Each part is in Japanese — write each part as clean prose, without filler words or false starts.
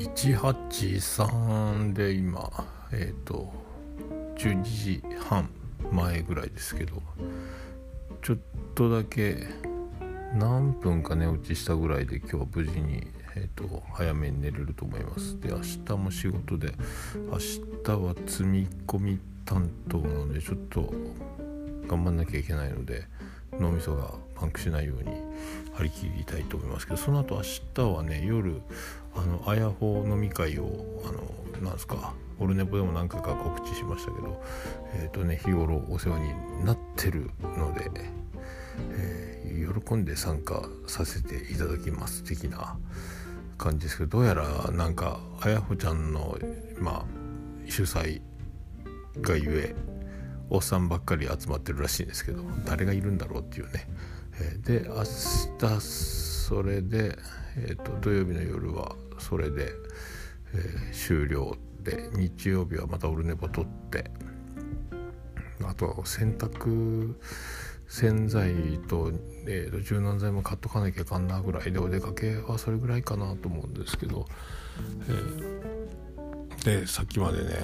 183で今12時半前ぐらいですけど、ちょっとだけ何分か寝落ちしたぐらいで今日は無事に、早めに寝れると思います。で、明日も仕事で、明日は積み込み担当なのでちょっと頑張んなきゃいけないので、脳みそがパンクしないように張り切りたいと思いますけど、その後明日はね、夜あやほ飲み会をなんですか、オルネポでも何回か告知しましたけど、日頃お世話になってるので、喜んで参加させていただきます的な感じですけど、どうやらなんかあやほちゃんの主催がゆえおっさんばっかり集まってるらしいんですけど、誰がいるんだろうっていうね。で、明日それで、土曜日の夜はそれで、終了で、日曜日はまたオルネポ撮って、あとは洗剤と、柔軟剤も買っとかなきゃいかんなぐらいで、お出かけはそれぐらいかなと思うんですけど、でさっきまでね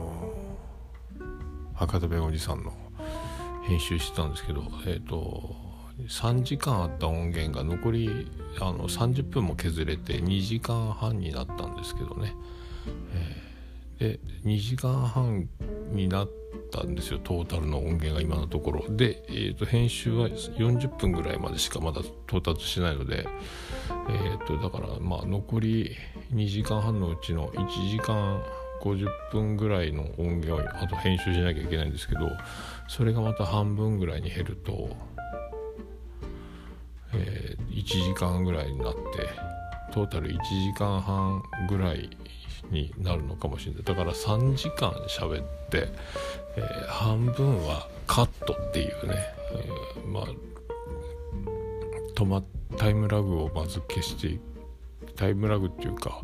博多弁おじさんの編集してたんですけど、3時間あった音源が残り30分も削れて2時間半になったんですけどね、で2時間半になったんですよ、トータルの音源が今のところで、編集は40分ぐらいまでしかまだ到達しないので、だから残り2時間半のうちの1時間50分ぐらいの音源をあと編集しなきゃいけないんですけど、それがまた半分ぐらいに減ると、1時間ぐらいになってトータル1時間半ぐらいになるのかもしれない。だから3時間喋って、半分はカットっていうね、タイムラグをまず消して、タイムラグっていうか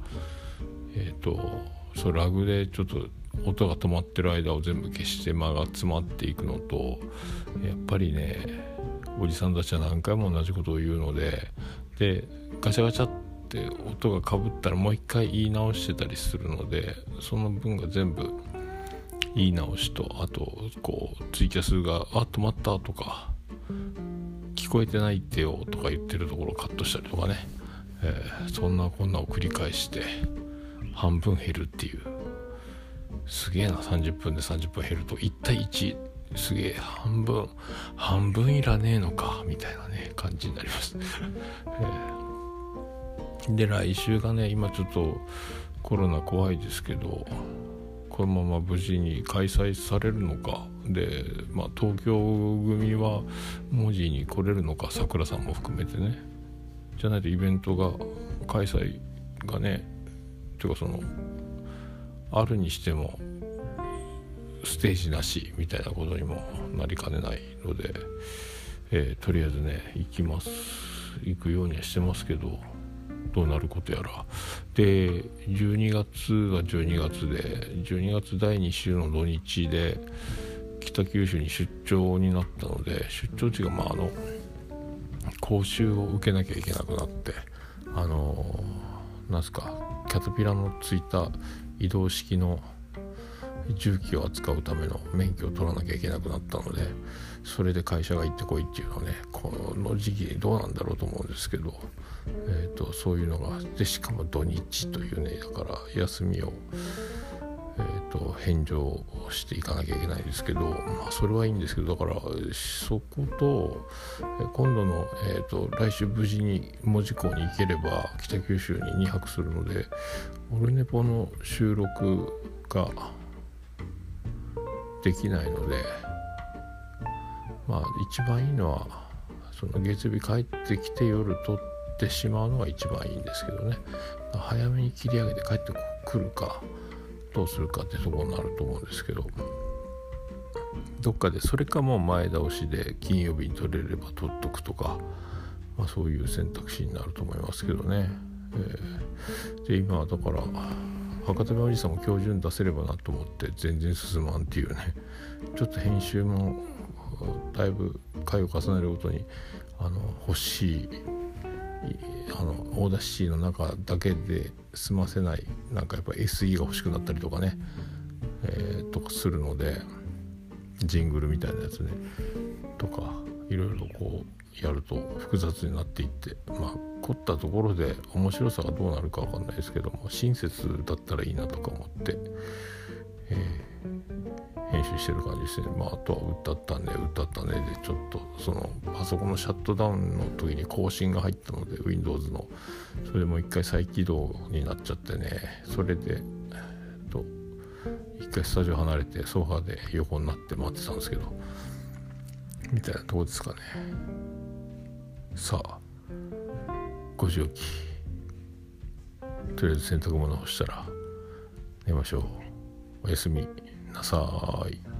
ラグでちょっと音が止まってる間を全部消して間が詰まっていくのと、やっぱりねおじさんたちは何回も同じことを言うので、ガチャガチャって音がかぶったらもう一回言い直してたりするので、その分が全部言い直しと、あとツイキャスが止まったとか聞こえてないってよとか言ってるところをカットしたりとかね、そんなこんなを繰り返して半分減るっていう、すげえな。30分で30分減ると1対1、すげえ、半分いらねえのかみたいなね感じになります、で来週がね、今ちょっとコロナ怖いですけど、このまま無事に開催されるのかで、東京組は文字に来れるのか、さくらさんも含めてね、じゃないとイベントが開催がね、てかあるにしてもステージなしみたいなことにもなりかねないので、とりあえずね行くようにはしてますけど、どうなることやら。で12月は12月で、12月第2週の土日で北九州に出張になったので、出張地が講習を受けなきゃいけなくなって、なんすか、キャタピラのついた移動式の重機を扱うための免許を取らなきゃいけなくなったので、それで会社が行ってこいっていうのはね、この時期にどうなんだろうと思うんですけど、そういうのがで、しかも土日というね、だから休みを、返上していかなきゃいけないですけど、それはいいんですけど、だからそこと今度の、来週無事に門司港に行ければ北九州に2泊するので、オルネポの収録ができないので、一番いいのは月曜日帰ってきて夜撮ってしまうのが一番いいんですけどね。早めに切り上げて帰ってくるかどうするかってところになると思うんですけど、どっかでそれかもう前倒しで金曜日に撮れれば撮っとくとか、そういう選択肢になると思いますけどね。で今はだから博多弁おじさんも今日中に出せればなと思って全然進まんっていうね、ちょっと編集もだいぶ回を重ねるごとに欲しいオーダーシティの中だけで済ませない、なんかやっぱ SE が欲しくなったりとかね、とかするので、ジングルみたいなやつねとかいろいろこうやると複雑になっていって、凝ったところで面白さがどうなるか分かんないですけども、親切だったらいいなとか思って、編集してる感じですね。あとは歌ったねでちょっとそのパソコンのシャットダウンの時に更新が入ったので Windows のそれも一回再起動になっちゃってね、それで一回スタジオ離れてソファーで横になって待ってたんですけど、みたいなとこですかね。さあ5時起き、とりあえず洗濯物を干したら寝ましょう。おやすみなさい。